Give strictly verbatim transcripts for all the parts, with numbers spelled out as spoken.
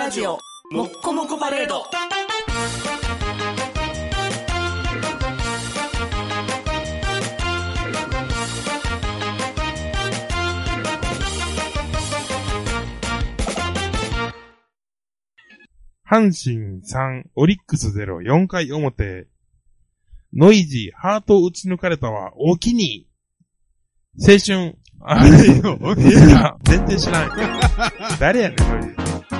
ラジオもっこもこパレード。 阪神さん、オリックスゼロ、よんかい表。ノイジー、ハート打ち抜かれたわ、おきに。青春、あれよ、いや、全然知らん。誰やねん、それ。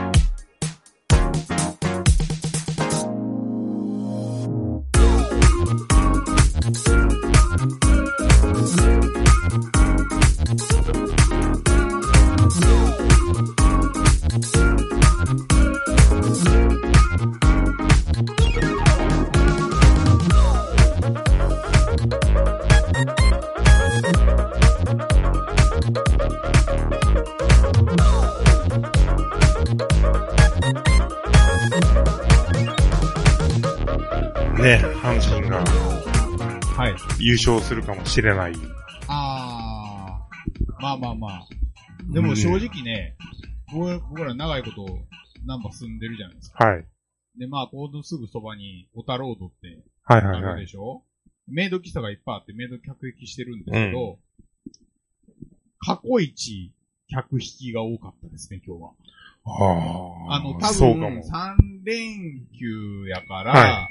ね、阪神が、はい、優勝するかもしれない。 あー、まあまあまあ。でも正直ね、うん、僕ら長いことナンバ住んでるじゃないですか。 はい。 で、まあ、このすぐそばに、オタロードって、 はいはいはい。 あるでしょ、メイド喫茶がいっぱいあって、メイド客引きしてるんですけど、うん、過去一客引きが多かったですね、今日は。 ああ。 あの、多分、さん連休やから、はい、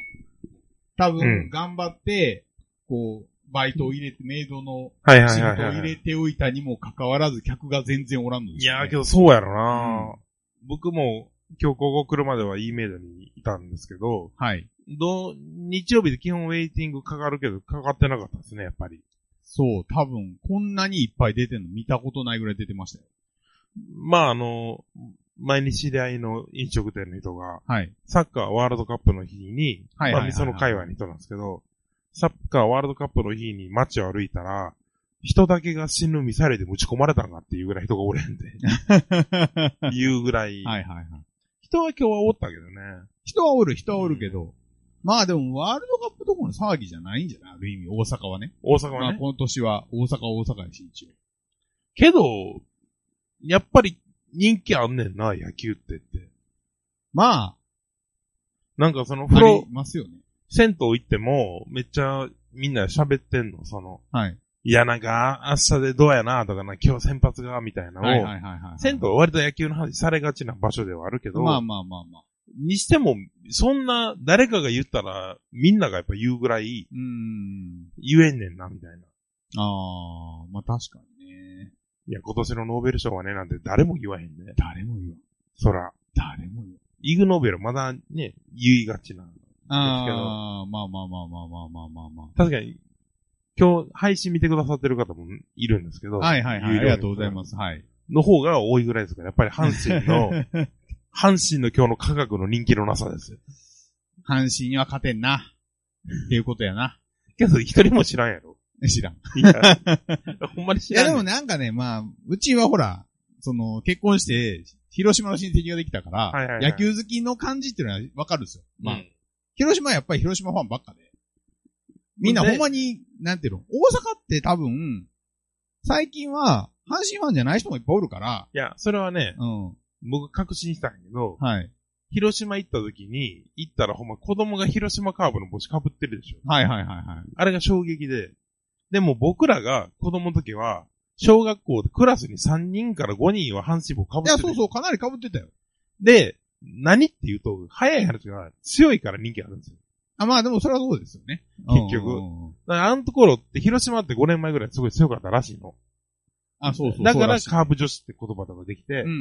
多分、頑張って、こう、バイトを入れて、メイドの仕事を入れておいたにもかかわらず、客が全然おらんのです、ね。 いやーけどそうやろな、うん、僕も今日ここ来るまではいいメイドにいたんですけど、 はい。 ど日曜日で基本ウェイティングかかるけど、かかってなかったですね、やっぱり。 そう、多分、こんなにいっぱい出てんの見たことないぐらい出てましたよ。 まあ、あの、前に知り合いの飲食店の人が、 はい。 サッカーワールドカップの日に、はいはいはいはい、まあ、その界隈の人なんですけど、サッカーワールドカップの日に街を歩いたら、人だけが死ぬミサイルで撃ち込まれたんかっていうぐらい人がおれんで。いうぐらい。 はいはいはい。 人は今日はおったけどね。 人はおる、人はおるけど。うん、まあでもワールドカップどころの騒ぎじゃないんじゃないある意味、大阪はね。 大阪はね。まあ今年は大阪は大阪やし、一応。 けど、やっぱり人気あんねんな、野球ってって。 まあ。 なんかその風呂。 ありますよね。 銭湯行っても、めっちゃみんな喋ってんの、その。 はい。 いや、なんか、明日でどうやな、とかな、今日先発が、みたいなのを。はいはいはいはい。銭湯は割と野球の話されがちな場所ではあるけど。 まあまあまあまあ。 にしても、そんな、誰かが言ったら、みんながやっぱ言うぐらい、 うーん。 言えんねんな、みたいな。 ああ、まあ確かにね。 いや、今年のノーベル賞はね、なんて誰も言わへんね。 誰も言わん。 そら。 誰も言わん。 イグノーベルまだね、言いがちな。 ああ、まあまあまあまあまあまあまあまあ。 確かに、今日配信見てくださってる方もいるんですけど。 はいはいはい。ありがとうございます。はい。 の方が多いぐらいですから、やっぱり阪神の、阪神の今日の価格の人気のなさですよ。 阪神には勝てんな。っていうことやな。 けど一人も知らんやろ。 知らん。 いや、ほんまに知らん、 ね。いやでもなんかね、まあ、うちはほら、その、結婚して、広島の親戚ができたから、はいはいはい、野球好きの感じっていうのはわかるんですよ。まあ、うん、広島はやっぱり広島ファンばっかで。みんなほんまに、なんていうの、大阪って多分、最近は、阪神ファンじゃない人もいっぱいおるから。 いや、それはね、 うん、 僕確信したんやけど、 はい。 広島行った時に、行ったらほんま子供が広島カープの帽子被ってるでしょ。 はいはいはいはい。 あれが衝撃で。でも僕らが子供の時は、小学校でクラスにさんにんからごにんは阪神帽被ってる。 いや、そうそう、かなり被ってたよ。 で、何って言うと、早い話が強いから人気あるんですよ。 あ、まあでもそれはそうですよね。 結局。だからあのところって広島ってごねんまえぐらいすごい強かったらしいの。 あ、そうそう。 だからカープ女子って言葉とかできて。 うんうんうん。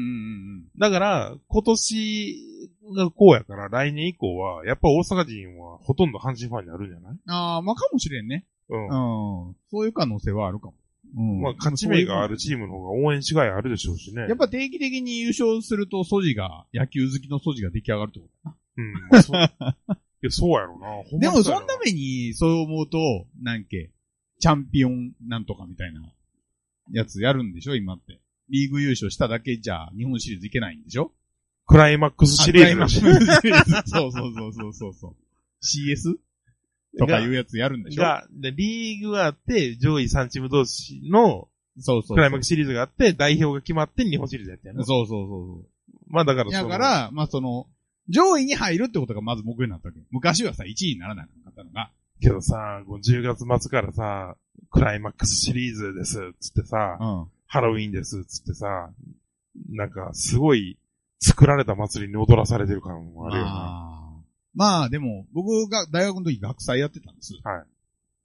だから今年がこうやから来年以降は、やっぱ大阪人はほとんど阪神ファンになるんじゃない？ ああ、まあかもしれんね。うん。うん。そういう可能性はあるかも。 うん。まあ勝ち目があるチームの方が応援しがいあるでしょうしね。 やっぱ定期的に優勝すると素地が、野球好きの素地が出来上がるってことだな。 うん。まあ、そう。いや、そうやろな。 ほんまでもそのために、そう思うと、なんけ、チャンピオンなんとかみたいなやつやるんでしょ今って。リーグ優勝しただけじゃ日本シリーズいけないんでしょクライマックスシリーズ。クライマックスシリーズ。 そうそうそうそうそう。シーエス とかいうやつやるんでしょが、で、リーグがあって、上位さんチーム同士の、 そうそう。 クライマックスシリーズがあって、代表が決まって日本シリーズやってやる。 そうそうそうそう。 まあだからその。 だから、まあその、上位に入るってことがまず目標になったわけ。昔はさ、いちいにならなかったのが。 けどさ、じゅうがつ末からさ、クライマックスシリーズです、つってさ、うん、ハロウィンです、つってさ、なんか、すごい、作られた祭りに踊らされてる感もあるよな。 あまあ、でも、僕が大学の時学祭やってたんです。 はい。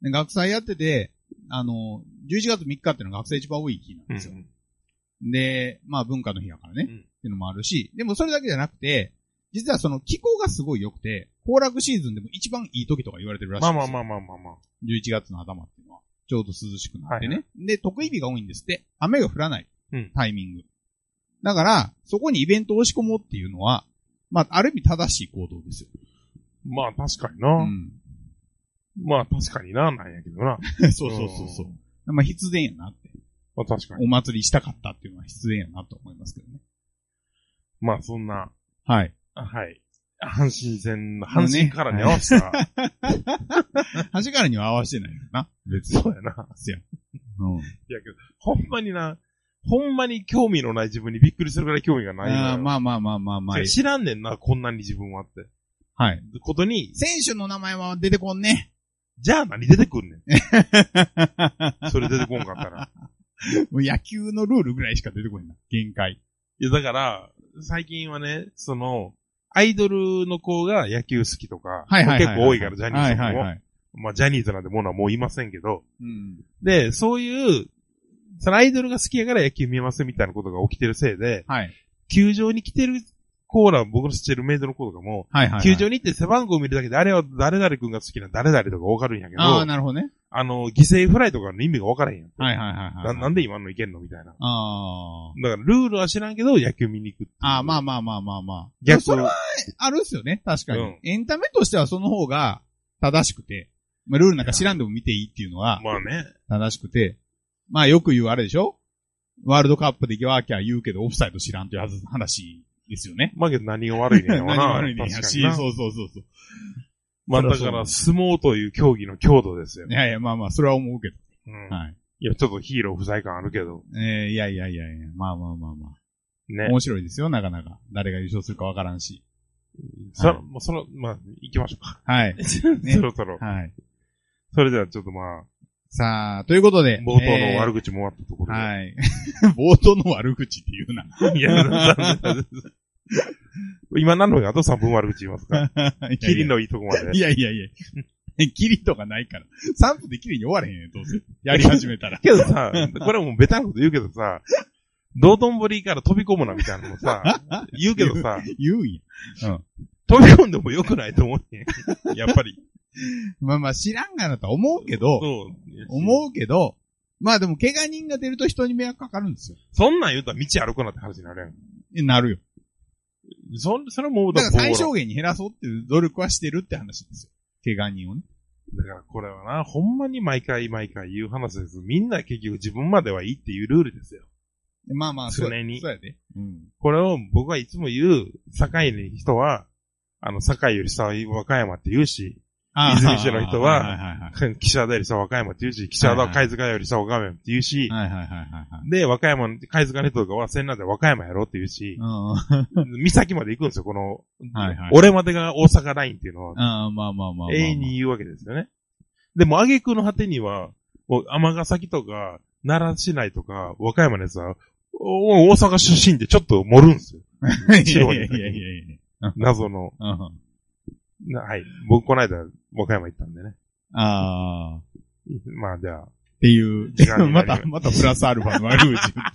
で学祭やってて、あの、じゅういちがつみっかっていうのが学生一番多い日なんですよ。うんうん、で、まあ文化の日やからね、うん、っていうのもあるし、でもそれだけじゃなくて、実はその気候がすごい良くて、行楽シーズンでも一番いい時とか言われてるらしいんですよ。 まあまあまあまあまあまあ。 じゅういちがつの頭っていうのは、ちょうど涼しくなってね。はいはい、で、得意日が多いんですって。雨が降らない。うん、タイミング。だから、そこにイベントを押し込もうっていうのは、まあ、ある意味正しい行動ですよ。 まあ確かにな。うん、まあ確かにな、なんやけどな。 そうそうそうそう。まあ必然やなって。 まあ確かに。 お祭りしたかったっていうのは必然やなと思いますけどね。 まあそんな。 はい。 はい。阪神戦の、阪神からに合わせた。 阪神からには合わせてないよな。 別に。そうやな。 せや。 うん。いやけど、ほんまにな、ほんまに興味のない自分にびっくりするぐらい興味がないのよ。 あまあまあまあまあまあ。 知らんねんな、こんなに自分はって。 はい。 ことに。 選手の名前は出てこんね。 じゃあ何出てくんねん。それ出てこんかったら。 もう野球のルールぐらいしか出てこんな。限界。 いやだから、最近はね、その、アイドルの子が野球好きとか、はいはいはいはい、結構多いから、ジャニーズも、はいはいはい。まあ、ジャニーズなんてものはもういませんけど、うん、で、そういう、そのアイドルが好きやから野球見ますみたいなことが起きてるせいで、はい、球場に来てるコーラ、僕の知ってるメイドの子とかも、はいはいはい、球場に行って背番号を見るだけで、あれは誰々君が好きな誰々とかわかるんやけど、 ああ、なるほどね。 あの、犠牲フライとかの意味がわからへんやん。 はいはいはい、はいな。 なんで今のいけんのみたいな。 ああ。 だからルールは知らんけど野球見に行くっていう。 ああ、まあまあまあまあまあ。逆それはあるっすよね。確かに、うん。エンタメとしてはその方が正しくて、まあルールなんか知らんでも見ていいっていうのは、 まあね。 正しくて、まあよく言うあれでしょ？ワールドカップでワーキャー言うけどオフサイド知らんという話ですよね。 まあけど何が悪いねんな。 何が悪いねんやし、そうそうそうそう。 まあだから相撲という競技の強度ですよ。 いやいや、まあまあ、それは思うけど。 うん。はい。いや、ちょっとヒーロー不在感あるけど。 ええー、いやいやいやいや、まあまあまあまあ。ね。面白いですよ、なかなか。誰が優勝するかわからんし。 そ、はい、もうその、まあ、行きましょうか。 はい。 ね、そろそろ。 はい。 それではちょっとまあ。 さあ、ということで。 冒頭の悪口も終わったところで。 えー、はい。冒頭の悪口って言うな。 いや、残念です。今何のあとさんぷん悪口言いますかキリのいいとこまで。 いやいやいや。キリとかないから。さんぷんでキリに終われへんねん、どうせ。やり始めたら。 けどさ、これはもうベタなこと言うけどさ、道頓堀から飛び込むなみたいなのさ、言うけどさ、 言うんや。うん。 飛び込んでもよくないと思うねん。やっぱり。 まあまあ知らんがなとは思うけど、そう思うけど、まあでも怪我人が出ると人に迷惑かかるんですよ。 そんなん言うたら道歩くなって話になるやん。 え、なるよ。 そ、それもうだから最小限に減らそうっていう努力はしてるって話ですよ。怪我人をね。 だからこれはな、ほんまに毎回毎回言う話です。みんな結局自分まではいいっていうルールですよ。 まあまあ、 常に。 そうやで。うん。 これを僕はいつも言う、堺の人は、あの、堺より下は和歌山って言うし、泉市の人は、岸和田より下は和歌山って言うし、岸和田は貝塚より下は和歌山って言うし、で、和歌山、貝塚の人とかは仙南で和歌山やろって言うし、三崎まで行くんですよ、この、俺までが大阪ラインっていうのは、永遠に言うわけですよね。でも、挙句の果てには、尼崎とか、奈良市内とか、和歌山のやつは、大阪出身でちょっと盛るんですよ。白い。謎の。はい。僕、この間、和歌山行ったんでね。 ああ。 まあ、じゃあ。 っていう、また、またプラスアルファの悪口言って。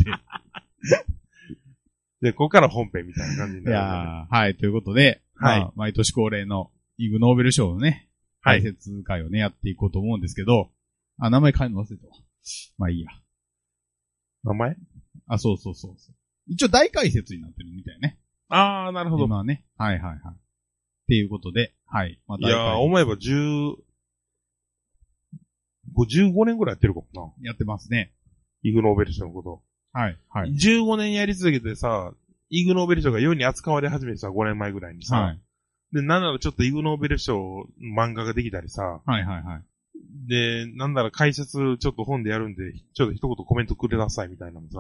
で、ここから本編みたいな感じになる、ね。いやはい、ということで、はい、まあ。毎年恒例のイグ・ノーベル賞のね、解説会をね、やっていこうと思うんですけど、あ、名前変えるの忘れたわ。まあいいや。 名前あ、そうそうそう。一応大解説になってるみたいね。 ああ、なるほど。 まあね。はいはいはい。っていうことで、はい。 また。いやー、思えばじゅう、じゅうごねんぐらいやってるかもな。 やってますね。 イグ・ノーベル賞のこと。 はいはい。 じゅうごねんやり続けてさ、イグ・ノーベル賞が世に扱われ始めてさ、ごねんまえぐらいにさ。はい。で、なんならちょっとイグ・ノーベル賞漫画ができたりさ。 はいはいはい。 で、なんなら解説ちょっと本でやるんで、ちょっと一言コメントくれなさいみたいなのさ。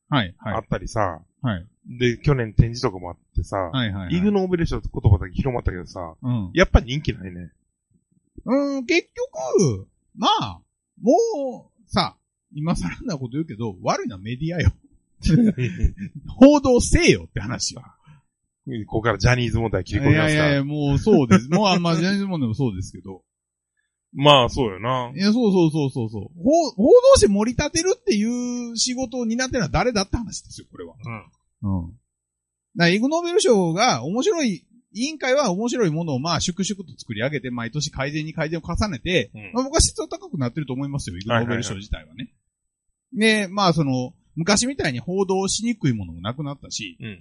はい、はい。 あったりさ、 はい。 で、去年展示とかもあってさ、 はい、はい、はい。 イグノーベル賞って言葉だけ広まったけどさ、 うん。 やっぱ人気ないね。 うん、結局、まあ、もう、さ、今更なこと言うけど、悪いのはメディアよ。報道せえよって話よ。 ここからジャニーズ問題切り込みますか。 いやいやいや、もうそうです。もうあんまジャニーズ問題もそうですけど。 まあ、そうよな。 いや、そうそうそうそうそう。報、報道誌盛り立てるっていう仕事を担ってるのは誰だって話ですよ、これは。うん。うん。だからイグノーベル賞が面白い、委員会は面白いものをまあ粛々と作り上げて、毎年改善に改善を重ねて、うん、まあ僕は質は高くなってると思いますよ、イグノーベル賞自体はね。はいはいはい、で、まあその、昔みたいに報道しにくいものもなくなったし、うん。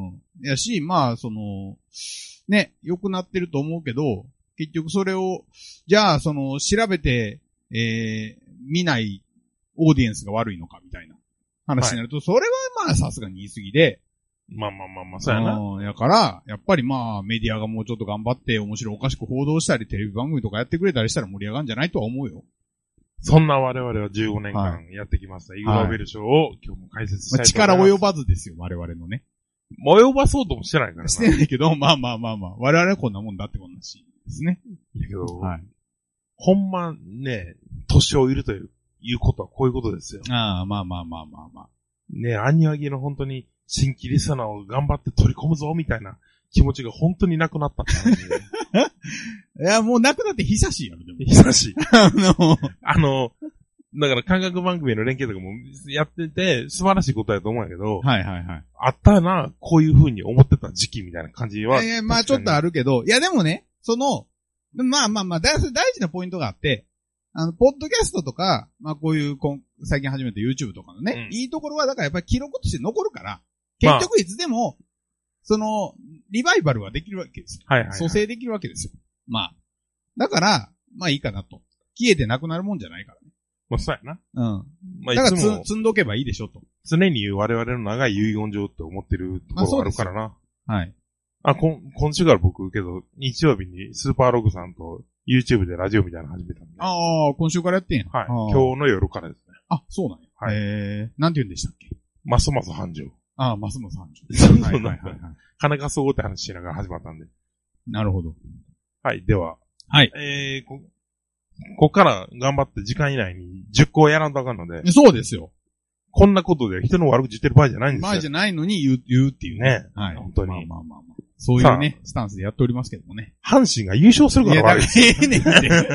うん。やし、まあその、ね、良くなってると思うけど、結局それを、じゃあその、調べて、えー、見ないオーディエンスが悪いのかみたいな話になると、はい、それはまあさすがに言い過ぎで、 まあまあまあまあ、そうやな。 うん。やから、やっぱりまあ、メディアがもうちょっと頑張って面白おかしく報道したり、テレビ番組とかやってくれたりしたら盛り上がるんじゃないとは思うよ。 そんな我々はじゅうごねんかんやってきました。はい、イグノーベル賞を今日も解説したいと思います。 まあ、力及ばずですよ、我々のね。 及ばそうともしてないからな。 してないけど、まあまあまあまあ、我々はこんなもんだってこんなしですね。 いやけど、はい、ほんまね、年をいるという、いうことはこういうことですよ。 ああ、まあまあまあまあまあ。 ね、アニワギの本当に、新規リスナーを頑張って取り込むぞ、みたいな気持ちが本当になくなったって話で。 いや、もうなくなって久しいやろ、でも。 久しい。 あの、 あの、だから感覚番組の連携とかもやってて、素晴らしいことだと思うんやけど、 はいはいはい。 あったな、こういう風に思ってた時期みたいな感じは。 いや、まあちょっとあるけど、いやでもね、その、まあまあまあ、大事なポイントがあって、あの、ポッドキャストとか、まあこういう、最近始めた YouTube とかのね、うん、いいところはだからやっぱり記録として残るから、結局いつでも、まあ、その、リバイバルはできるわけですよ。はいはい、はい。蘇生できるわけですよ。まあ。だから、まあいいかなと。消えてなくなるもんじゃないからね。 まあそうやな。 うん。まあだからつ、積んどけばいいでしょと。 常に我々の長い遺言状って思ってるところがあるからな。 はい。 あ、こん、今週から僕けど、日曜日にスーパーログさんと YouTube でラジオみたいなの始めたんで。 ああ、今週からやってんや。 はい。今日の夜からですね。 あ、そうなんや。はい。えー、なんて言うんでしたっけ？ ますます繁盛。 ああ、ますます繁盛。 そうはいはいはい、はい。金貸そうって話しながら始まったんで。 なるほど。 はい、では。 はい。 えー、こ、こっから頑張って時間以内にじゅっこやらんとあかんので。 そうですよ。 こんなことで人の悪口言ってる場合じゃないんですよ。 場合じゃないのに言う、言うっていうね。 はい。 本当に。 まあまあまあまあ。そういうね、スタンスでやっておりますけどもね。 阪神が優勝するから悪い。 いや、ええねんって。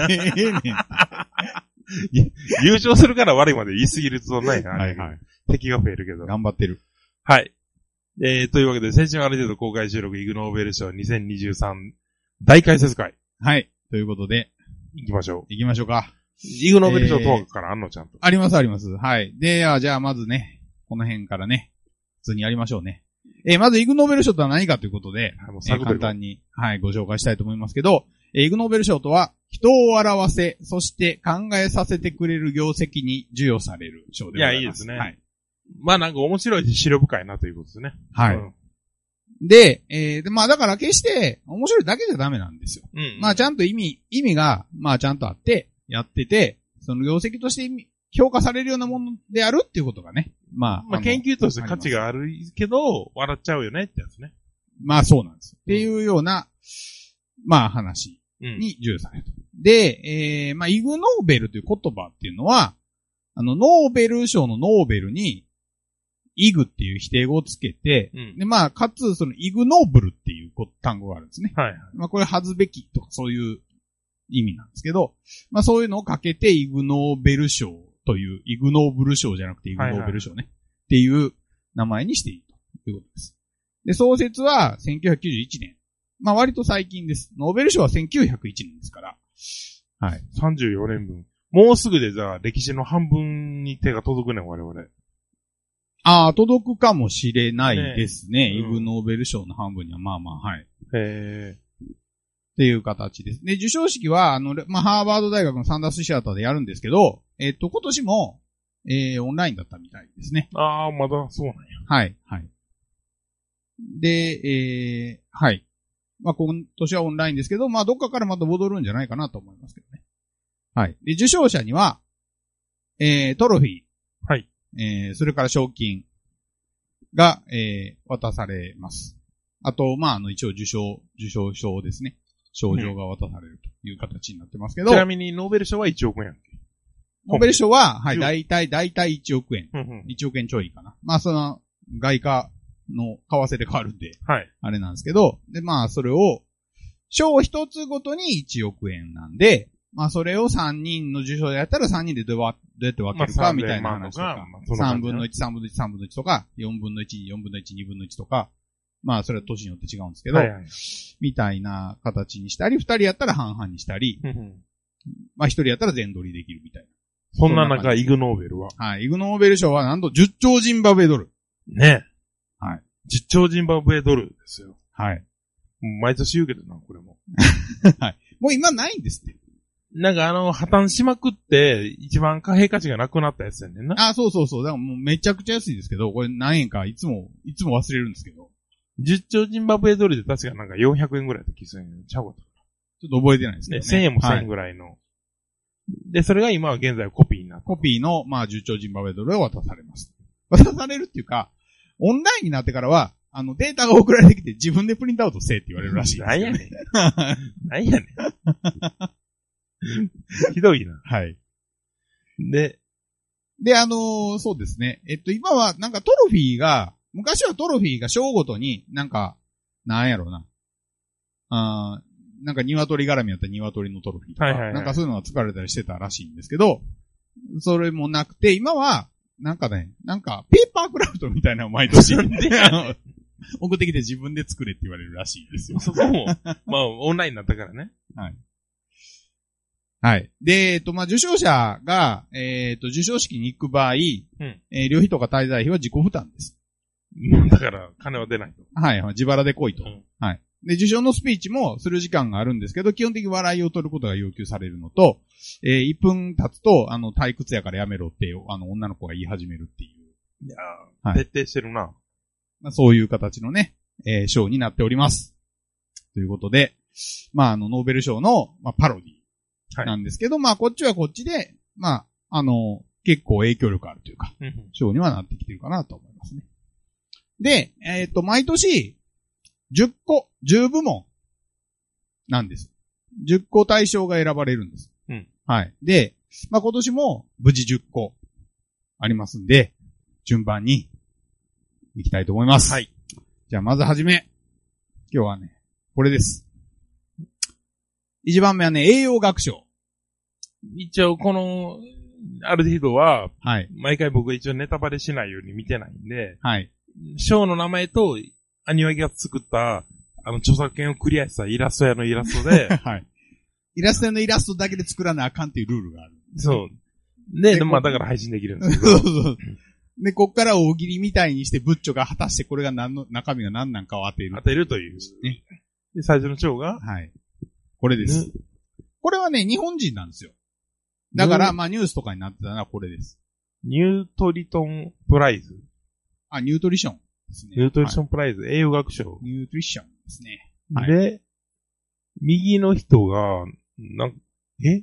ええねん。 優勝するから悪いまで言い過ぎるとないな。 はいはい。 敵が増えるけど。 頑張ってる。 はい。えー、というわけで、先週ある程度公開収録イグノーベル賞にせんにじゅうさん大解説会。 はい。ということで。 行きましょう。 行きましょうか。 イグノーベル賞等からあんのちゃんと。 ありますあります。はい。で、じゃあまずね、この辺からね、普通にやりましょうね。えー、まずイグノーベル賞とは何かということで、はい、もうえー、簡単に、はい、ご紹介したいと思いますけど、えー、イグノーベル賞とは、人を笑わせ、そして考えさせてくれる業績に授与される賞でございます。 いや、いいですね。はい。まあなんか面白いし、資料深いなということですね。 はい。うん、で、えー、で、まあだから決して面白いだけじゃダメなんですよ。うん、うん。まあちゃんと意味、意味が、まあちゃんとあって、やってて、その業績として意味、評価されるようなものであるっていうことがね。まあ。 まあ研究として価値があるけど、笑っちゃうよねってやつね。 まあそうなんです。っていうような、まあ話に授与されると。うん、で、えー、まあイグノーベルという言葉っていうのは、あの、ノーベル賞のノーベルに、イグっていう否定語をつけて、うん、で、まあ、かつ、そのイグノーブルっていう単語があるんですね。はい。まあ、これ恥ずべきとかそういう意味なんですけど、まあ、そういうのをかけてイグノーベル賞という、イグノーブル賞じゃなくてイグノーベル賞ね。はいはい、っていう名前にしていいということです。で、創設はせんきゅうひゃくきゅうじゅういちねん。まあ、割と最近です。ノーベル賞はせんきゅうひゃくいちねんですから。はい。 さんじゅうよねんぶん。もうすぐでじゃあ、歴史の半分に手が届くねん、我々。 ああ、届くかもしれないですね。ね、うん、イグノーベル賞の半分には、まあまあ、はい。 へー。 っていう形です。で、授賞式は、あの、まあ、ハーバード大学のサンダースシアターでやるんですけど、えっと、今年も、えー、オンラインだったみたいですね。 ああ、まだそうなんや。 はい、はい。で、えー、はい。まあ、今年はオンラインですけど、まあ、どっかからまた戻るんじゃないかなと思いますけどね。はい。で、受賞者には、えー、トロフィー。 はい。 えー、それから賞金。 が、えー、渡されます。あと、まあ、あの、一応受賞、受賞賞ですね。賞状が渡されるという形になってますけど。 ちなみに、ノーベル賞はいちおくえんやんけ。 ノーベル賞は、はい、だいたい、だいたいいちおくえん。 うんうん、 いちおくえんちょいかな。まあ、その、外貨の為替で変わるんで、 はい。 あれなんですけど、で、まあ、それを、賞一つごとにいちおくえんなんで、まあ、それをさんにんの受賞でやったらさんにんでどうやって分けるかみたいな話とか、さんぶんのいち、さんぶんのいち、さんぶんのいちとか、よんぶんのいち、よんぶんのいち、にぶんのいちとか、まあ、それは年によって違うんですけど、はいはい、みたいな形にしたり、ふたりやったら半々にしたり、まあ、ひとりやったら全取りできるみたいな。 そんな中、イグノーベルははい、イグノーベル賞はなんとじゅっちょうジンバブエドル。 ねえ。 はい。 じゅっちょうジンバブエドルですよ。 はい。 毎年言うけどな、これも。 はい。もう今ないんですって。 なんかあの、破綻しまくって、一番貨幣価値がなくなったやつやねんな。 あ、そうそうそう。だからもうめちゃくちゃ安いですけど、これ何円かいつも、いつも忘れるんですけど。 じゅっちょうジンバブエドルで確かなんかよんひゃくえんぐらいだった気するんやちゃうかった。 ちょっと覚えてないですけどね。 せんえんもせんえんぐらいの、はい。で、それが今は現在コピーになった。 コピーの、まあ、じゅっちょうジンバブエドルが渡されます。渡されるっていうか、オンラインになってからは、あの、データが送られてきて自分でプリントアウトせえって言われるらしいです、ね。 なんやねん。なんやねん。ひどいな。 はい。 で、 で、あのー、そうですね。えっと、今は、なんかトロフィーが、昔はトロフィーが章ごとに、なんか、なんやろうな。あーなんか鶏絡みやったら鶏のトロフィーとか、はいはいはい、なんかそういうのが作られたりしてたらしいんですけど、それもなくて、今は、なんかね、なんか、ペーパークラフトみたいなのを毎年、送ってきて自分で作れって言われるらしいですよ。 そこも、まあ、オンラインになったからね。 はい。はい。で、えっと、まあ、受賞者が、えっと、受賞式に行く場合、うん、えー、旅費とか滞在費は自己負担です。 だから、金は出ないと。 はい、自腹で来いと、うん。はい。で、受賞のスピーチもする時間があるんですけど、基本的に笑いを取ることが要求されるのと、えー、いっぷん経つと、あの、退屈やからやめろって、あの、女の子が言い始めるっていう。 いやー、はい、徹底してるな。 まあ、そういう形のね、えー、賞になっております。ということで、まあ、あの、ノーベル賞の、まあ、パロディなんですけど、はい、まあ、こっちはこっちで、まあ、あの、結構影響力あるというか、賞にはなってきてるかなと思いますね。で、えっと、毎年、じゅっこ、じゅうぶもんなんです。じゅっこ対象が選ばれるんです。うん。はい。で、まあ、今年も無事じゅっこありますんで、順番に行きたいと思います。はい。じゃあまずはじめ、今日はね、これです。いちばんめはね、栄養学賞。 一応この、ある程度は、はい。毎回僕は一応ネタバレしないように見てないんで、はい。賞の名前と、アニワギが作った、あの、著作権をクリアしたイラスト屋のイラストで、はい。 イラスト屋のイラストだけで作らなあかんっていうルールがある。 そう。で、でまあだから配信できるんですけど。そうそう。 で、こっから大喜利みたいにして、ブッチョが果たしてこれが何の、中身が何なんかを当てる。 当てるという。ね。で、最初の賞がはい。これです。これはね、日本人なんですよ。だから、まあニュースとかになってたのはこれです。 ニュートリトンプライズ。 あ、ニュートリションですね。 ニュートリションプライズ、はい、栄養学賞。 ニュートリションですね。 はい、で、右の人が、なんえ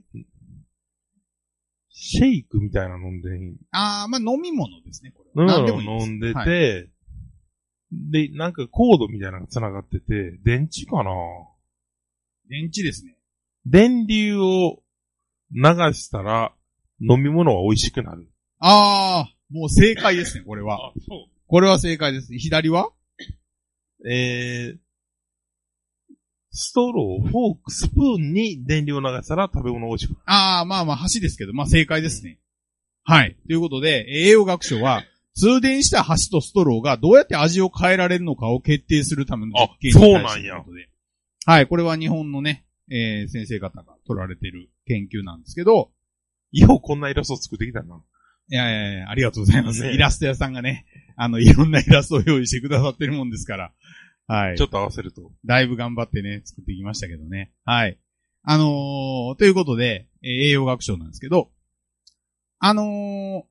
シェイクみたいな飲んでん。 あー、まあ飲み物ですね、これ。飲み物飲んでて、はい、で、なんかコードみたいなのが繋がってて、電池かな電池ですね。 電流を流したら飲み物は美味しくなる。 あー、もう正解ですね、これは。あ、そう。これは正解です。左はえー、ストロー、フォーク、スプーンに電流を流したら食べ物が美味しくなる。 ああ、まあまあ、箸ですけど、まあ正解ですね。うん、はい。ということで、栄養学賞は、通電した箸とストローがどうやって味を変えられるのかを決定するための実験に対して。 そうなんや。 はい。これは日本のね、えー、先生方が取られている研究なんですけど、 ようこんなイラストを作ってきたな。 いやいやいや、ありがとうございます。ね、イラスト屋さんがね、あの、いろんなイラストを用意してくださってるもんですから。はい。 ちょっと合わせると。 だいぶ頑張ってね、作ってきましたけどね。はい。あのー、ということで、えー、栄養学賞なんですけど、あのー、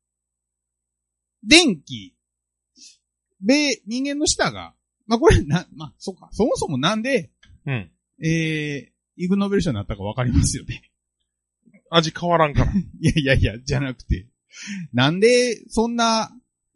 電気、米、人間の舌が、まあ、これな、まあ、そうか、そもそもなんで、うん。えー、イグノーベル賞になったかわかりますよね。 味変わらんから。 いやいやいや、じゃなくて、なんで、そんな、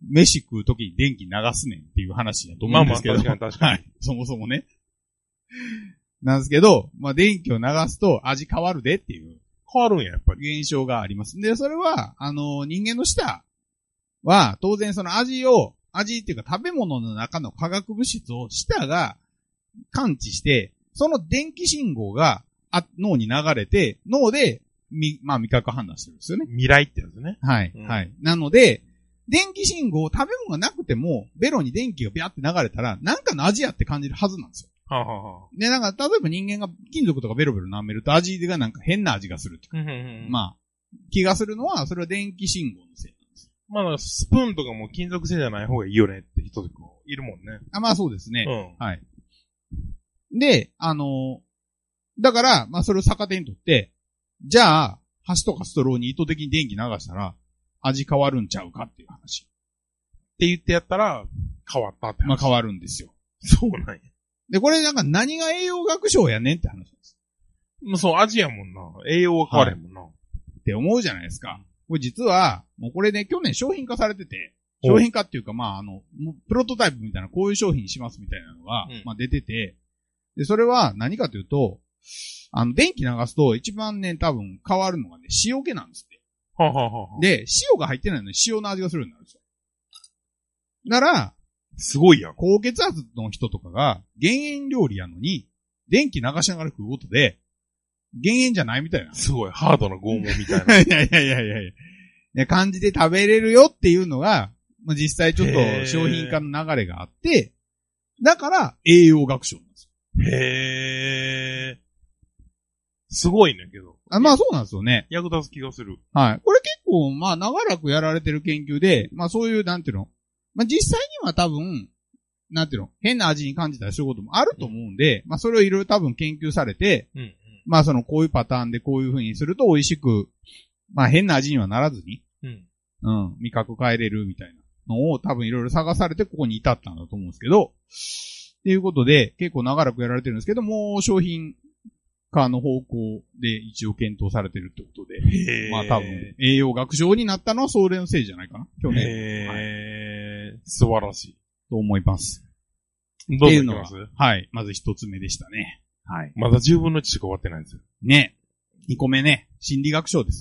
飯食うときに電気流すねんっていう話だと思うんですけど。 まあまあ確かに確かに。 はい。そもそもね。なんですけど、まあ電気を流すと味変わるでっていう。 変わるんや、やっぱり。 現象があります。で、それは、あの、人間の舌は、当然その味を、味っていうか食べ物の中の化学物質を舌が感知して、その電気信号が脳に流れて、脳で、み、まあ味覚判断してるんですよね。 未来ってやつね。 はい、うん、はい。なので、電気信号、食べ物がなくても、ベロに電気がビャって流れたら、なんかの味やって感じるはずなんですよ。 はあはあ、 で、なんか、例えば人間が金属とかベロベロ舐めると味がなんか変な味がするっていうか、うんうんうん、まあ、気がするのは、それは電気信号のせいなんです。 まあ、スプーンとかも金属製じゃない方がいいよねって人とかいるもんね。 あ、まあそうですね。 うん。 はい。で、あの、だから、まあそれを逆手にとって、じゃあ、箸とかストローに意図的に電気流したら、味変わるんちゃうかっていう話。 って言ってやったら、変わったって話。 まあ変わるんですよ。 そうなんや。 で、これなんか何が栄養学賞やねんって話なんです。 まあそう、味やもんな。栄養は変われへんもんな、はい。 って思うじゃないですか。これ実は、もうこれね、去年商品化されてて、商品化っていうか、まああの、プロトタイプみたいな、こういう商品にしますみたいなのが、うん、まあ出てて、で、それは何かというと、あの、電気流すと一番ね、多分変わるのがね、塩気なんですって。 ははははで、塩が入ってないのに塩の味がするようになるんですよ。なら、 すごいやん。 高血圧の人とかが減塩料理やのに、電気流しながら食うことで、減塩じゃないみたいな。 すごい、ハードな拷問みたいな。 いやいやいやいやいや。感じで食べれるよっていうのが、まあ、実際ちょっと商品化の流れがあって、だから栄養学賞なんですよ。へー。すごいねんけど。 あ、まあそうなんですよね。 役立つ気がする。 はい。これ結構、まあ長らくやられてる研究で、まあそういう、なんていうの、まあ実際には多分、なんていうの、変な味に感じたりすることもあると思うんで、うん、まあそれをいろいろ多分研究されて、うんうん、まあそのこういうパターンでこういう風にすると美味しく、まあ変な味にはならずに、うん、うん、味覚変えれるみたいなのを多分いろいろ探されてここに至ったんだと思うんですけど、っていうことで結構長らくやられてるんですけど、もう商品化の方向で一応検討されてるってことで、まあ多分栄養学賞になったのはそれのせいじゃないかな、去年。 へー、はい、素晴らしい。 と思います。 どうぞいきます？ はい。まず一つ目でしたね。はい。 まだじゅうぶんのいちしか終わってないんですよ。 ね。二個目ね。心理学賞です。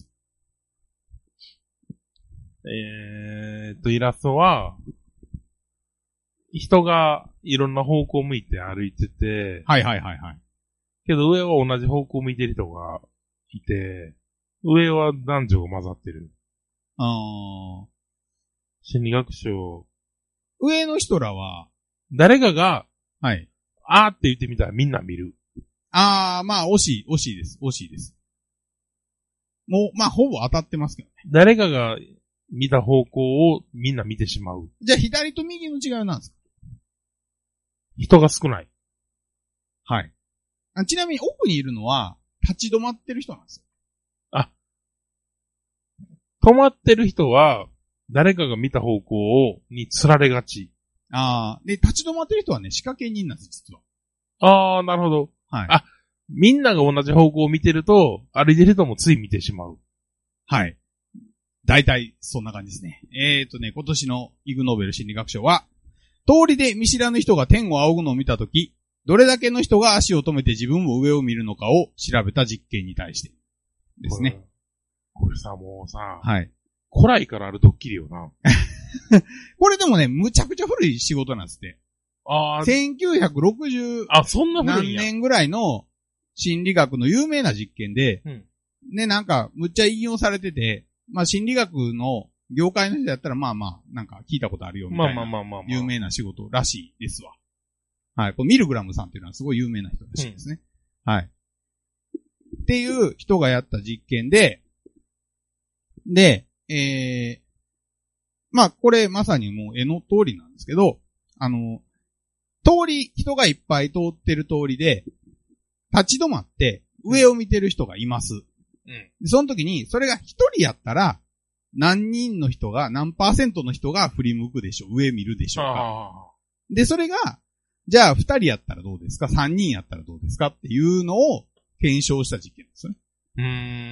えーっと、イラストは、人がいろんな方向を向いて歩いてて、 はいはいはいはい。 けど上は同じ方向を向いてる人がいて、上は男女が混ざってる。 あー。 心理学賞。 上の人らは、 誰かが、 はい。 あーって言ってみたらみんな見る。 あー、まあ惜しい、惜しいです。惜しいです。もう、まあほぼ当たってますけどね。 誰かが見た方向をみんな見てしまう。 じゃあ左と右の違いは何ですか？ 人が少ない。 はい。あ、ちなみに奥にいるのは、立ち止まってる人なんですよ。 あ。止まってる人は、誰かが見た方向を、に釣られがち。 ああ。で、立ち止まってる人はね、仕掛け人なんです、実は。 ああ、なるほど。 はい。 あ、みんなが同じ方向を見てると、歩いてる人もつい見てしまう。 はい。大体、そんな感じですね。えーとね、今年のイグノーベル心理学賞は、通りで見知らぬ人が天を仰ぐのを見たとき、どれだけの人が足を止めて自分も上を見るのかを調べた実験に対してですね。 これ、これさ、もうさ、 はい。 古来からあるドッキリよな。 これでもね、むちゃくちゃ古い仕事なんですって。 ああ。 せんきゅうひゃくろくじゅうあ、そんな古いんや。 何年ぐらいの心理学の有名な実験で、うん、ね、なんか、むっちゃ引用されてて、まあ心理学の業界の人やったらまあまあ、なんか聞いたことあるよみたいな。 まあまあまあまあ、 有名な仕事らしいですわ。はい。これミルグラムさんっていうのはすごい有名な人らしいですね。うん、はい。っていう人がやった実験で、で、えー、まあこれまさにもう絵の通りなんですけど、あの、通り、人がいっぱい通ってる通りで、立ち止まって上を見てる人がいます。うん。でその時に、それが一人やったら、何人の人が、何パーセントの人が振り向くでしょう、上見るでしょうか。で、それが、じゃあ二人やったらどうですか、三人やったらどうですかっていうのを検証した実験ですね。 う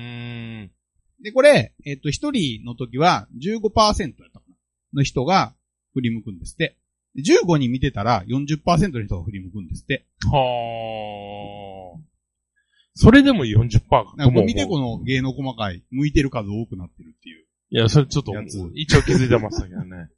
ーん。 で、これ、えっと、一人の時は じゅうごパーセント やったかなの人が振り向くんですって。じゅうごにん見てたら よんじゅっパーセント の人が振り向くんですって。 はー。それでも よんじゅっパーセント か。 なんか見てこの芸の細かい、向いてる数多くなってるっていう。 いや、それちょっと、一応気づいてましたけどね。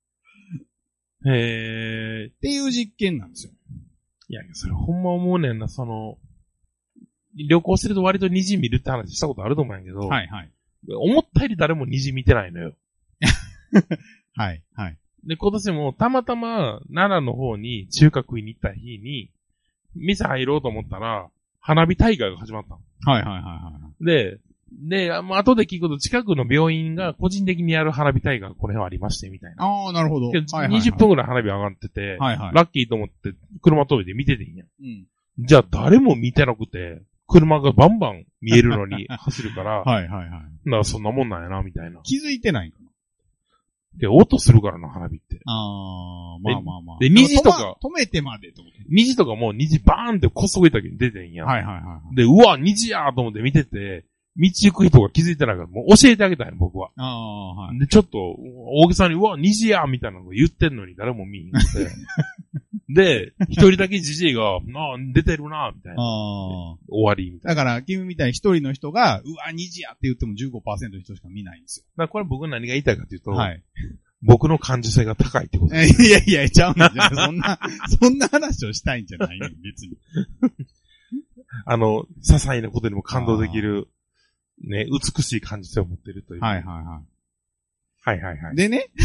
へー。 っていう実験なんですよ。 いや、それほんま思うねんな、その、旅行すると割と虹見るって話したことあると思うんやけど、 はいはい。 思ったより誰も虹見てないのよ。 はいはい。 で、今年もたまたま奈良の方に中華食いに行った日に、店入ろうと思ったら、花火大会が始まったの。 はいはいはいはい。 で、で、まあ、後で聞くと近くの病院が個人的にやる花火大会がこれはありまして、みたいな。 ああ、なるほど。はいはいはい、 にじゅっぷんぐらい花火上がってて、はいはい、ラッキーと思って車止めて見てていいんや。うん。じゃあ誰も見てなくて、車がバンバン見えるのに走るから、 はいはいはい。だからそんなもんなんやな、みたいな。 気づいてないんかな。 で、音するからな、花火って。 ああ、まあまあまあ。 で、虹とか、 止めてまでと思って。 虹とかも虹バーンってこそげた時に出てんや。 はいはいはい。 で、うわ、虹やーと思って見てて、道行く人が気づいてないから、もう教えてあげたいの、僕は。 ああ、はい。 で、ちょっと、大げさに、うわ、虹やーみたいなの言ってんのに誰も見えんくて。で、一人だけじじいが、なあ、出てるな、みたいな。ああ。終わり、みたいな。だから、君みたいに一人の人が、うわ、虹やって言っても じゅうごパーセント の人しか見ないんですよ。 だからこれ僕何が言いたいかというと、 はい。 僕の感受性が高いってことです。 いやいや、ちゃうんじゃない。そんな、そんな話をしたいんじゃないね、別に。 あの、些細なことにも感動できる、ね、美しい感受性を持っているという。 はいはいはい。 はいはいはい。 でね、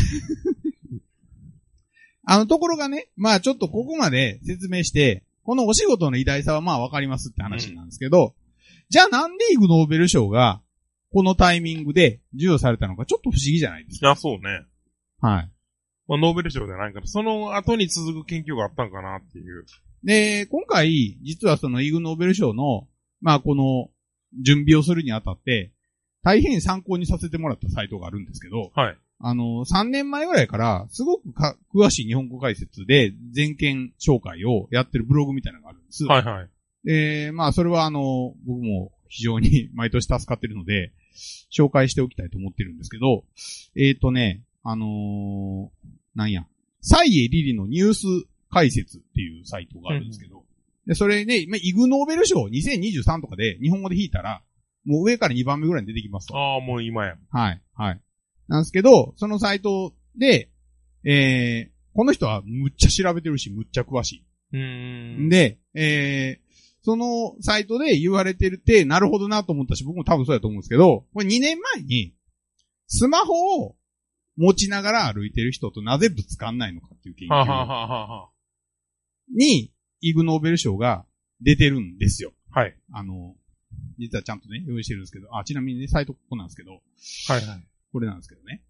あのところがね、まあちょっとここまで説明して、このお仕事の偉大さはまあわかりますって話なんですけど、うん、じゃあなんでイグ・ノーベル賞が、このタイミングで授与されたのかちょっと不思議じゃないですか。 いや、そうね。 はい。 まあ、ノーベル賞じゃないから、その後に続く研究があったんかなっていう。 で、今回、実はそのイグ・ノーベル賞の、まあこの、準備をするにあたって、大変参考にさせてもらったサイトがあるんですけど、 はい。 あの、さんねんまえぐらいから、すごくか詳しい日本語解説で、全県紹介をやってるブログみたいなのがあるんです。 はいはい。 で、まあ、それはあの、僕も非常に毎年助かってるので、紹介しておきたいと思ってるんですけど、えっとね、あのー、なんや、サイエリリのニュース解説っていうサイトがあるんですけど、うん、で、それね、イグ・ノーベル賞にせんにじゅうさんとかで日本語で引いたら、もう上からにばんめぐらいに出てきますと。 ああ、もう今や。 はい、はい。なんですけど、そのサイトで、えー、この人はむっちゃ調べてるし、むっちゃ詳しい。 うーんで、えー、そのサイトで言われてるって、なるほどなと思ったし、僕も多分そうだと思うんですけど、これにねんまえに、スマホを持ちながら歩いてる人となぜぶつかんないのかっていう研究に、イグ・ノーベル賞が出てるんですよ。 はい。 あの、実はちゃんとね、用意してるんですけど、あ、ちなみにね、サイトここなんですけど、 はいはい。 これなんですけどね。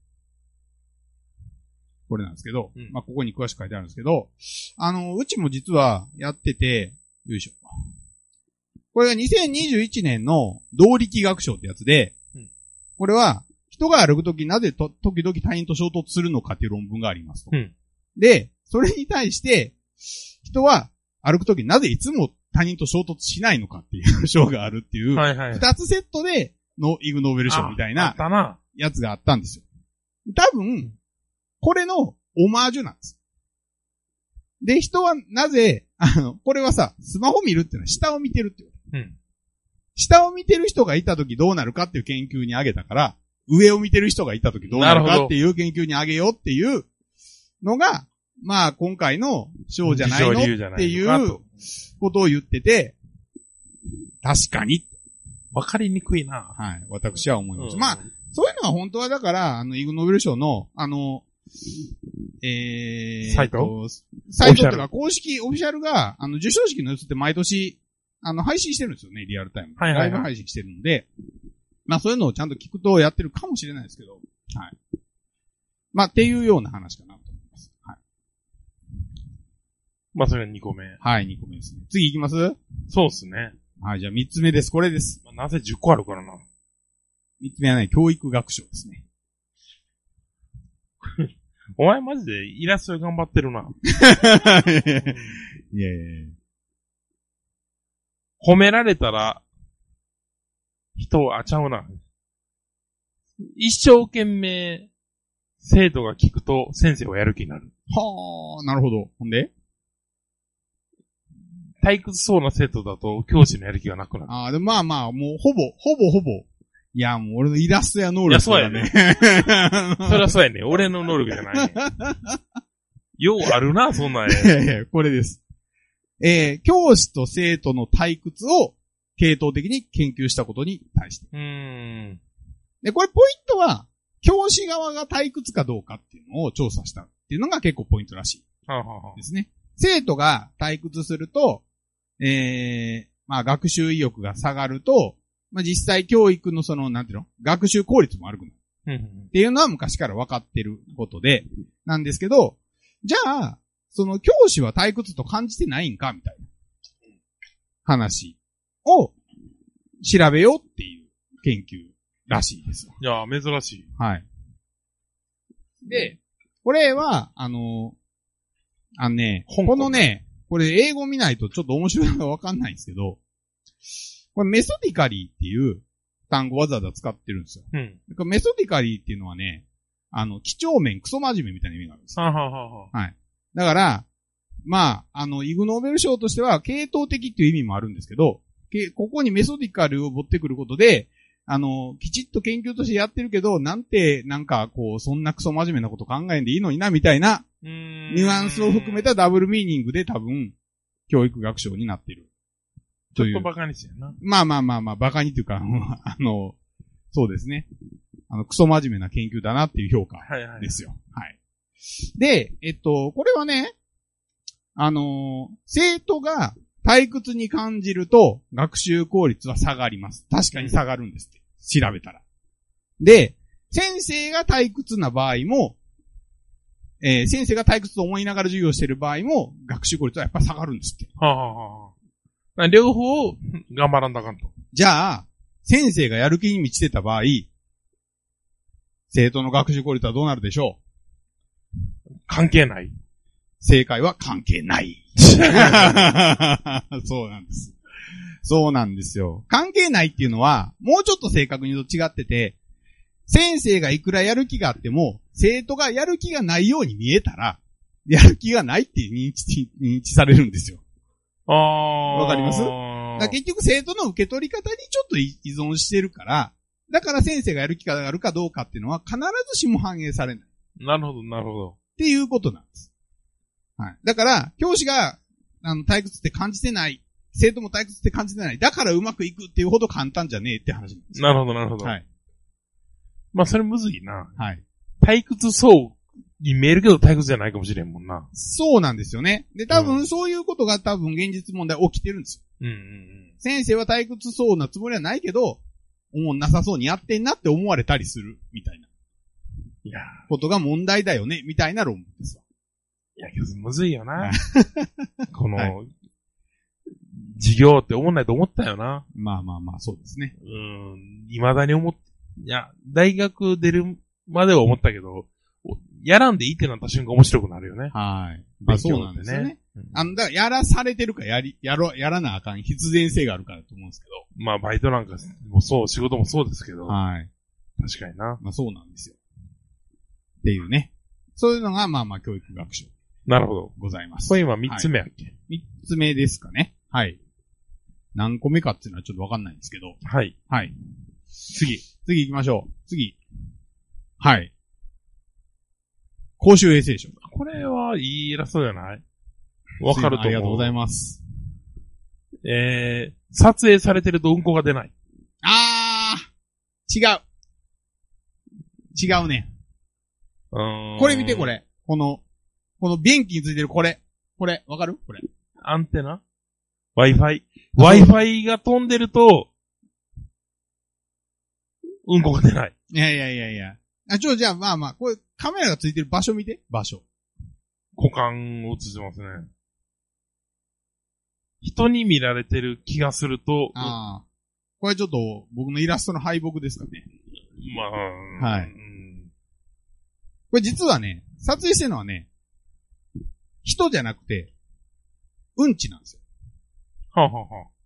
これなんですけど、うん、まあ、ここに詳しく書いてあるんですけど、あの、うちも実はやってて、よいしょ。これがにせんにじゅういちねんの動力学賞ってやつで、うん、これは、人が歩くときなぜと、時々他人と衝突するのかっていう論文がありますと。うん、で、それに対して、人は歩くときなぜいつも他人と衝突しないのかっていう賞があるっていう、 はいはい、 二つセットでのイグ・ノーベル賞みたいなやつがあったんですよ。多分、これのオマージュなんです。で、人はなぜ、あの、これはさ、スマホ見るっていうのは下を見てるってこと。うん。下を見てる人がいたときどうなるかっていう研究にあげたから、上を見てる人がいたときどうなるかっていう研究にあげようっていうのが、まあ今回の賞じゃないのっていうことを言ってて、確かに。 わかりにくいな。 はい。私は思います。うん、まあ、そういうのは本当はだから、あの、イグ・ノーベル賞の、あの、えー、 サイトサイトとか公式オフィシャルが、あの、受賞式の様子って毎年、あの、配信してるんですよね、リアルタイム。 はいはいはい。 ライブ配信してるので、まあそういうのをちゃんと聞くとやってるかもしれないですけど、はい。まあっていうような話かなと思います。はい。 まあそれがにこめ。 はい、にこめですね。次行きます？ そうですね。 はい、じゃあみっつめです。これです。 まあ、なぜじゅっこあるからな。 みっつめはね、教育学賞ですね。 お前マジでイラスト頑張ってるな。 いやいやいや。 褒められたら、人をあちゃうな。一生懸命生徒が聞くと先生はやる気になる。 はあ、なるほど。ほんで退屈そうな生徒だと教師のやる気がなくなる。 ああ、でもまあまあ、もうほぼ、ほぼほぼ。いや、もう俺のイラストや能力だね。 いや、そうやね。それはそうやね。俺の能力じゃないね。ようあるな、そんなんや。 いやいや、これです。えー、教師と生徒の退屈を系統的に研究したことに対して。 うーん。 で、これポイントは、教師側が退屈かどうかっていうのを調査したっていうのが結構ポイントらしい。 はあはあ、 ですね。生徒が退屈すると、えー、まあ学習意欲が下がると、まあ実際教育のその、なんていうの学習効率も悪くなる。 うんうん、 っていうのは昔から分かってることで、なんですけど、じゃあ、その教師は退屈と感じてないんかみたいな話を調べようっていう研究らしいです。 いや、珍しい。 はい。で、これは、あの、あのね、このね、これ英語見ないとちょっと面白いのがわかんないんですけど、これメソディカリーっていう単語わざわざ使ってるんですよ。 うん。 メソディカリーっていうのはね、あの、几帳面、クソ真面目みたいな意味があるんですよ。 はははは。 はい。だから、まあ、あの、イグノーベル賞としては、系統的っていう意味もあるんですけど、ここにメソディカルを持ってくることで、あの、きちっと研究としてやってるけど、なんて、なんか、こう、そんなクソ真面目なこと考えんでいいのにな、みたいな、ニュアンスを含めたダブルミーニングで多分、教育学賞になっている。 ちょっとバカにしてるな。 まあまあまあまあ、バカにというか、あの、そうですね。あの、クソ真面目な研究だなっていう評価ですよ。はい、はいはい。で、えっと、これはね、あの、生徒が退屈に感じると学習効率は下がります。確かに下がるんですって。調べたら。で、先生が退屈な場合も、えー、先生が退屈と思いながら授業している場合も学習効率はやっぱり下がるんですって。 はあ、はあ、両方頑張らんだかんと。 じゃあ、先生がやる気に満ちてた場合、生徒の学習効率はどうなるでしょう？関係ない。 正解は関係ない。そうなんです。そうなんですよ。関係ないっていうのは、もうちょっと正確に言うと違ってて、先生がいくらやる気があっても、生徒がやる気がないように見えたら、やる気がないって認知、認知されるんですよ。 ああ。 わかります？だから結局生徒の受け取り方にちょっと依存してるから、だから先生がやる気があるかどうかっていうのは必ずしも反映されない。 なるほど、なるほど。 っていうことなんです。はい。だから、教師が、あの、退屈って感じてない。生徒も退屈って感じてない。だからうまくいくっていうほど簡単じゃねえって話なんです。 なるほど、なるほど。 はい。 まあ、それむずいな。 はい。 退屈そうに見えるけど退屈じゃないかもしれんもんな。 そうなんですよね。で、多分、そういうことが多分現実問題起きてるんですよ。うんうんうん。 先生は退屈そうなつもりはないけど、思んなさそうにやってんなって思われたりするみたいな。 いやことが問題だよね、みたいな論文ですわ。 いや、けどむずいよな。この、はい、授業って思んないと思ったよな。 まあまあまあ、そうですね。 うん、未だに思っ、いや、大学出るまでは思ったけど、やらんでいいってなった瞬間面白くなるよね。 はい。まあそうなんですよね。うん、あの、だからやらされてるかやり、やろ、やらなあかん必然性があるからと思うんですけど。 まあバイトなんかもそう、仕事もそうですけど。 はい。 確かにな。 まあそうなんですよ。っていうね。そういうのがまあまあ教育学習。 なるほど。 ございます。 これ今三つ目やっけ、はい、 三つ目ですかね。はい。何個目かっていうのはちょっとわかんないんですけど。 はい。 はい。次。次行きましょう。次。はい。公衆衛生省。 これはいいイラストじゃない？わかると思う。 ありがとうございます。 えー、撮影されてるとうんこが出ない。 あー、違う。違うね。 うーん。 これ見てこれ。この、この便器についてるこれ。これ、わかる？これ。 アンテナ？ Wi-Fi。Wi-Fi が飛んでると、うんこが出ない。 いやいやいやいや。あ、ちょ、じゃあまあまあ、これカメラがついてる場所見て。場所。 股間を映してますね。人に見られてる気がすると。 ああ。これちょっと僕のイラストの敗北ですかね。 まあ。 はい。うん、これ実はね、撮影してるのはね、人じゃなくて、うんちなんですよ。 はあ、はあはあ、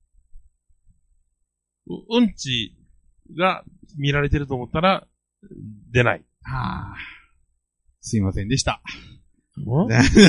う、うんちが見られてると思ったら、出ない。 はあ。 すいませんでした。 あ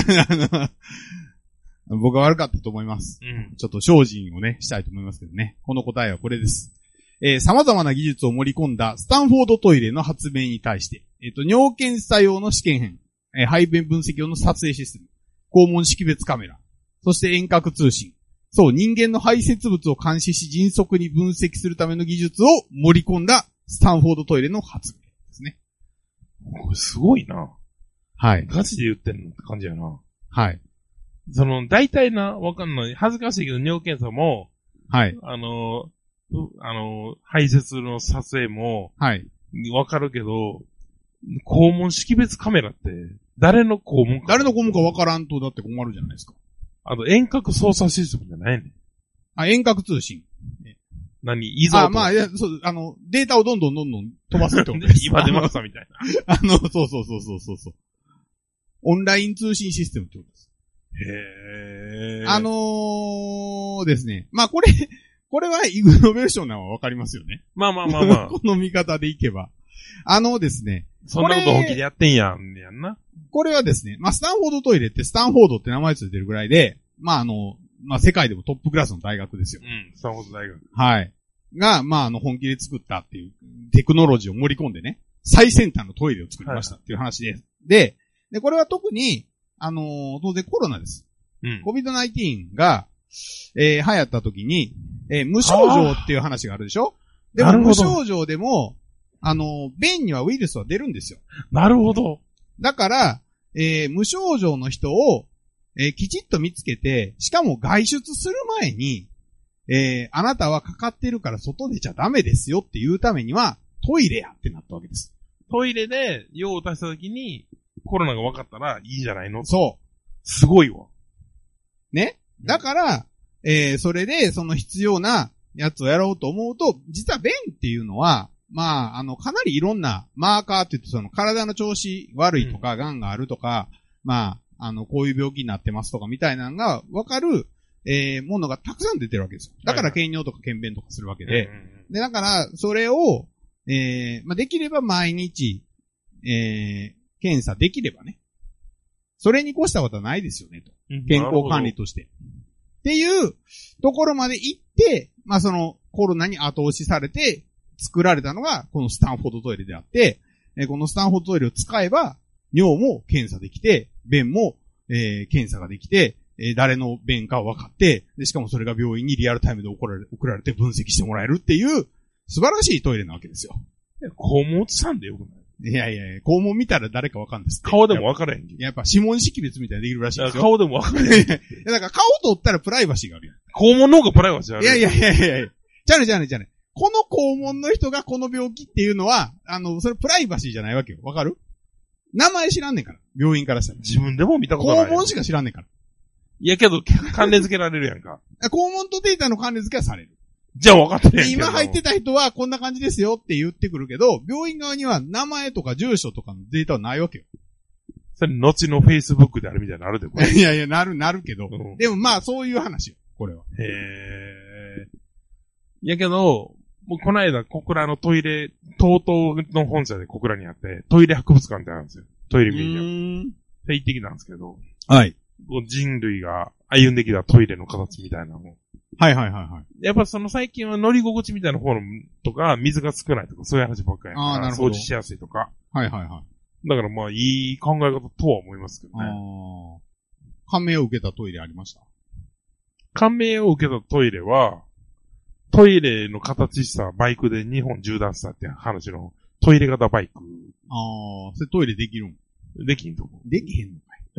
の僕は悪かったと思います。 うん。 ちょっと精進をね、したいと思いますけどね。この答えはこれです。えー、様々な技術を盛り込んだスタンフォードトイレの発明に対して、えっと、尿検査用の試験編、えー、排便分析用の撮影システム、肛門識別カメラ、そして遠隔通信。そう、人間の排泄物を監視し迅速に分析するための技術を盛り込んだスタンフォードトイレの発明ですね。 これすごいな。 はい。 ガチで言ってんのって感じやな。 はい。その、大体な、わかんない。恥ずかしいけど尿検査も、 はい。 あの、あの、排泄の撮影も、 はい。 わかるけど、肛門識別カメラって、誰の肛門か。 誰の肛門かわからんと、だって困るじゃないですか。 あと、遠隔操作システムじゃないねん。 あ、遠隔通信。 何依存。 あ、まあ、いや、そう、あの、データをどんどんどんどん飛ばすってことです。 今出ましたみたいな。あの、そうそうそうそうそうそう。オンライン通信システムってことです。 へー。 あのーですね。まあ、これ、これはイグノベーションなのはわかりますよね。 まあまあまあまあ。 この見方でいけば。あのですね。 そんなこと本気でやってんやん、やんな。 これはですね、まあ、スタンフォードトイレってスタンフォードって名前ついてるぐらいで、まあ、あの、まあ、世界でもトップクラスの大学ですよ。 うん、スタンフォード大学。 はい。が、まあ、あの、本気で作ったっていうテクノロジーを盛り込んでね、最先端のトイレを作りましたっていう話です。はい、で、で、これは特に、あのー、当然コロナです。うん。コビドナインティーン が、えー、流行った時に、えー、無症状っていう話があるでしょ？でも無症状でも、あのー、便にはウイルスは出るんですよ。 なるほど。 だから、えー、無症状の人を、えー、きちっと見つけて、しかも外出する前に、えー、あなたはかかってるから外出ちゃダメですよっていうためには、トイレやってなったわけです。 トイレで用を足した時に、コロナが分かったらいいじゃないの？ そう。 すごいわ。 ね？だから、えー、それでその必要なやつをやろうと思うと、実は便っていうのは、まあ、あの、かなりいろんなマーカーって言ってその体の調子悪いとか、癌、うん、があるとか、まあ、あの、こういう病気になってますとかみたいなのが分かる、えー、ものがたくさん出てるわけですよ。だから検尿とか検便とかするわけで。はいはい、で、だから、それを、えー、まあ、できれば毎日、えー、検査できればね。それに越したことはないですよね、と。健康管理として。っていうところまで行って、まあ、そのコロナに後押しされて作られたのがこのスタンフォードトイレであって、えー、このスタンフォードトイレを使えば、尿も検査できて、便も、えー、検査ができて、えー、誰の便か分かって、で、しかもそれが病院にリアルタイムで送られ、送られて分析してもらえるっていう素晴らしいトイレなわけですよ。 肛門落ちたんでよくない？ いやいやいや、肛門見たら誰かわかんないです。 顔でもわからへんけど。 やっぱ指紋識別みたいなできるらしいですよ。 顔でもわからへん。いや、 だから顔取ったらプライバシーがあるやん。 肛門の方がプライバシーある。 いやいやいやいやいや。じゃあねじゃあねじゃあね。この肛門の人がこの病気っていうのは、あの、それプライバシーじゃないわけよ。わかる？名前知らんねんから。病院からしたら。 自分でも見たことない。 肛門しか知らんねんから。 いやけど、関連付けられるやんか。 肛門とデータの関連付けはされる。 じゃあ分かってない。 今入ってた人はこんな感じですよって言ってくるけど、病院側には名前とか住所とかのデータはないわけよ。 それ、後の Facebook であるみたいなのあるで、これ。 いやいや、なる、なるけど。うん、でもまあ、そういう話よ、これは。 へえ。いやけど、もうこの間、小倉のトイレ、TOTOの本社で小倉にあって、トイレ博物館ってあるんですよ。トイレミュージアム。で行ってきたんですけど。 はい。 人類が歩んできたトイレの形みたいなのも。 はいはいはいはい。 やっぱその最近は乗り心地みたいな方のとか、水が少ないとか、そういう話ばっかりやから。ああ、なるほど。掃除しやすいとか。 はいはいはい。 だからまあ、いい考え方とは思いますけどね。ああ。感銘を受けたトイレありました？ 感銘を受けたトイレは、トイレの形したバイクで日本縦断したって話のトイレ型バイク。 ああ、それトイレできるん？ できんとこ。 できへんのかい。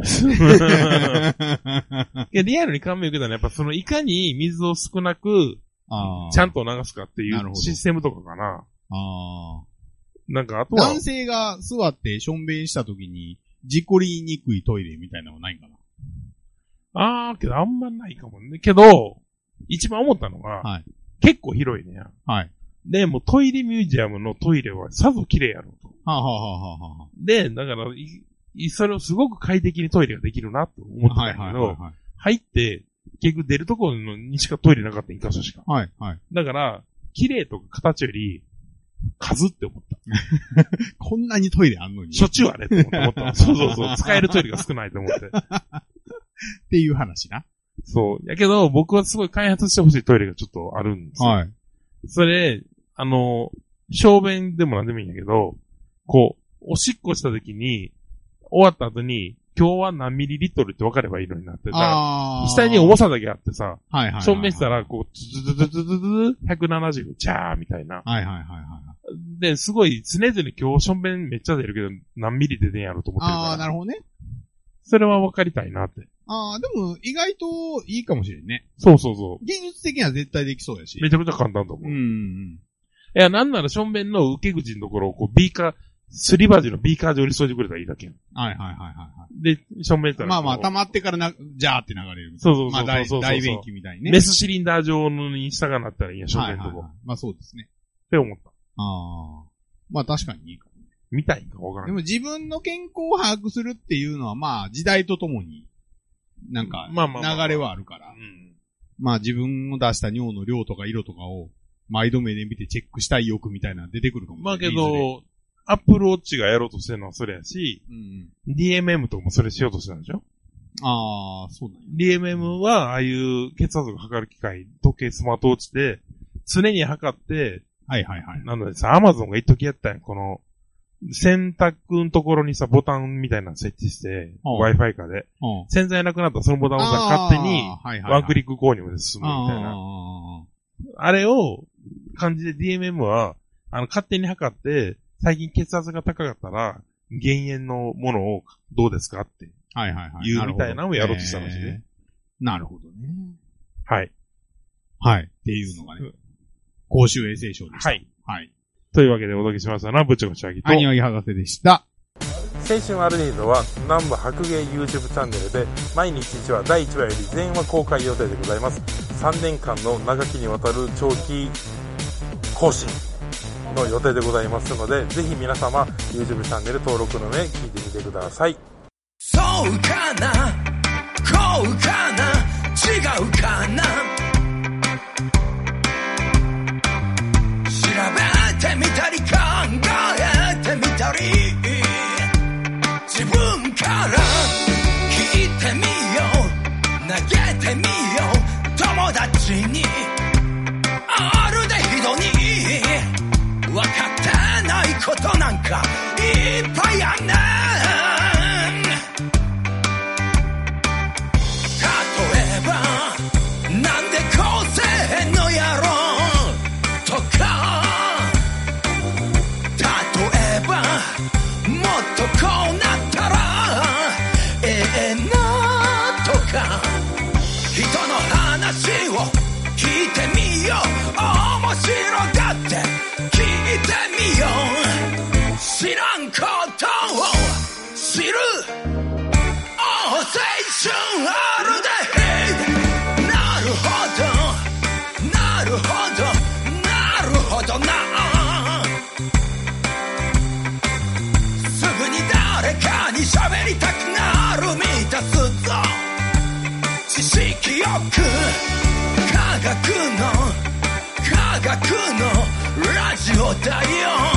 いや、リアルに感銘を受けたのはやっぱそのいかに水を少なく、ちゃんと流すかっていうシステムとかかな。ああ。なんかあとは。 男性が座ってしょんべんした時に事故りにくいトイレみたいなのはないかな。 ああ、けどあんまないかもね。けど、一番思ったのが、はい、結構広いねや。はい。で、もうトイレミュージアムのトイレはさぞ綺麗やろと。はあ、はあはははあ、で、だからい、それをすごく快適にトイレができるなと思ってたんだけど、はいはいはいはい、入って、結局出るところにしかトイレなかった一箇所しか。はいはい。だから、綺麗とか形より、 数って思った。 こんなにトイレあんのに。 しょっちゅうあれって思った。そうそうそう。使えるトイレが少ないと思って。 っていう話な。 そう。やけど、僕はすごい開発してほしいトイレがちょっとあるんですよ。はい。それ、あの、小便でもなんでもいいんやけど、こう、おしっこした時に、終わった後に、今日は何ミリリットルって分かればいいのになって。ああ。下に重さだけあってさ、はいはいはいはい、正面したら、こう、ズズズズズズズ、ひゃくななじゅう、チャーみたいな。はいはいはいはい。で、すごい、常々今日正面めっちゃ出るけど、何ミリ出てんやろうと思ってるから。ああ、なるほどね。それは分かりたいなって。 ああ、でも、意外といいかもしれんね。 そうそうそう。 技術的には絶対できそうやし。 めちゃくちゃ簡単と思う。うんうん。いや、なんなら正面の受け口のところを、こう、ビーカー、すり鉢のビーカーで折り添えてくれたらいいだけやん。はいはいはいはい。で、正面から。 まあまあ、溜まってからな、ジャーって流れる。そうそうそうそう。まあ大、大便器みたいにね。 メスシリンダー状のに下がなったらいいや、正面のとこ。はいはいはい、 まあそうですね。 って思った。 ああ。まあ確かにいいかもね。 見たいんかわからん。 でも自分の健康を把握するっていうのはまあ、時代とともに、なんか、流れはあるから。うん。まあ自分の出した尿の量とか色とかを、毎度目で見てチェックしたい欲みたいなの出てくるかもしれない。 まあけど、アップルウォッチがやろうとしてるのはそれやし、うん、ディーエムエム とかもそれしようとしてたんでしょ？ ああ、そうなんや。 ディーエムエム は、ああいう血圧が測る機械、時計、スマートウォッチで、常に測って、はいはいはい。なのでさ、アマゾンが一時やったんや。この、洗濯のところにさ、ボタンみたいなの設置して、Wi-Fi かで、洗剤なくなったらそのボタンをさ、勝手に、ワンクリック購入まで進むみたいな。あれを、感じで ディーエムエム は、あの、勝手に測って、最近血圧が高かったら、減塩のものをどうですかって。はいはいはい。言うみたいなのをやろうとしたらしいね。 なるほどね。 はい。 はい。っていうのがね。公衆衛生省でした。 はい。はい。というわけでお届けしましたのは、ぶっちょこちあぎと。 アニワギ博士でした。 青春アルディードは南部白芸 YouTube チャンネルで毎日いちわだいいちわより全話公開予定でございます。さんねんかんの長きにわたる長期更新の予定でございますので、ぜひ皆様 YouTube チャンネル登録の上聞いてみてください。 そうかな、こうかな、違うかな、調べてみたり考えてみたり、自分から聞いてみよう、投げてみよう、友達に、あるでひどに分かってないことなんかいっぱいあんねん。例えばなんでこうせんのやろとか、例えばもっとこうなったらええなとか、人の話を聞いてみよう、面白がって聞いてみよう、知らんことを知る、青春あるで、なるほどなるほどなるほどな、すぐに誰かに喋りたくなる満たすぞ、知識よく科学の科学のラジオだよ。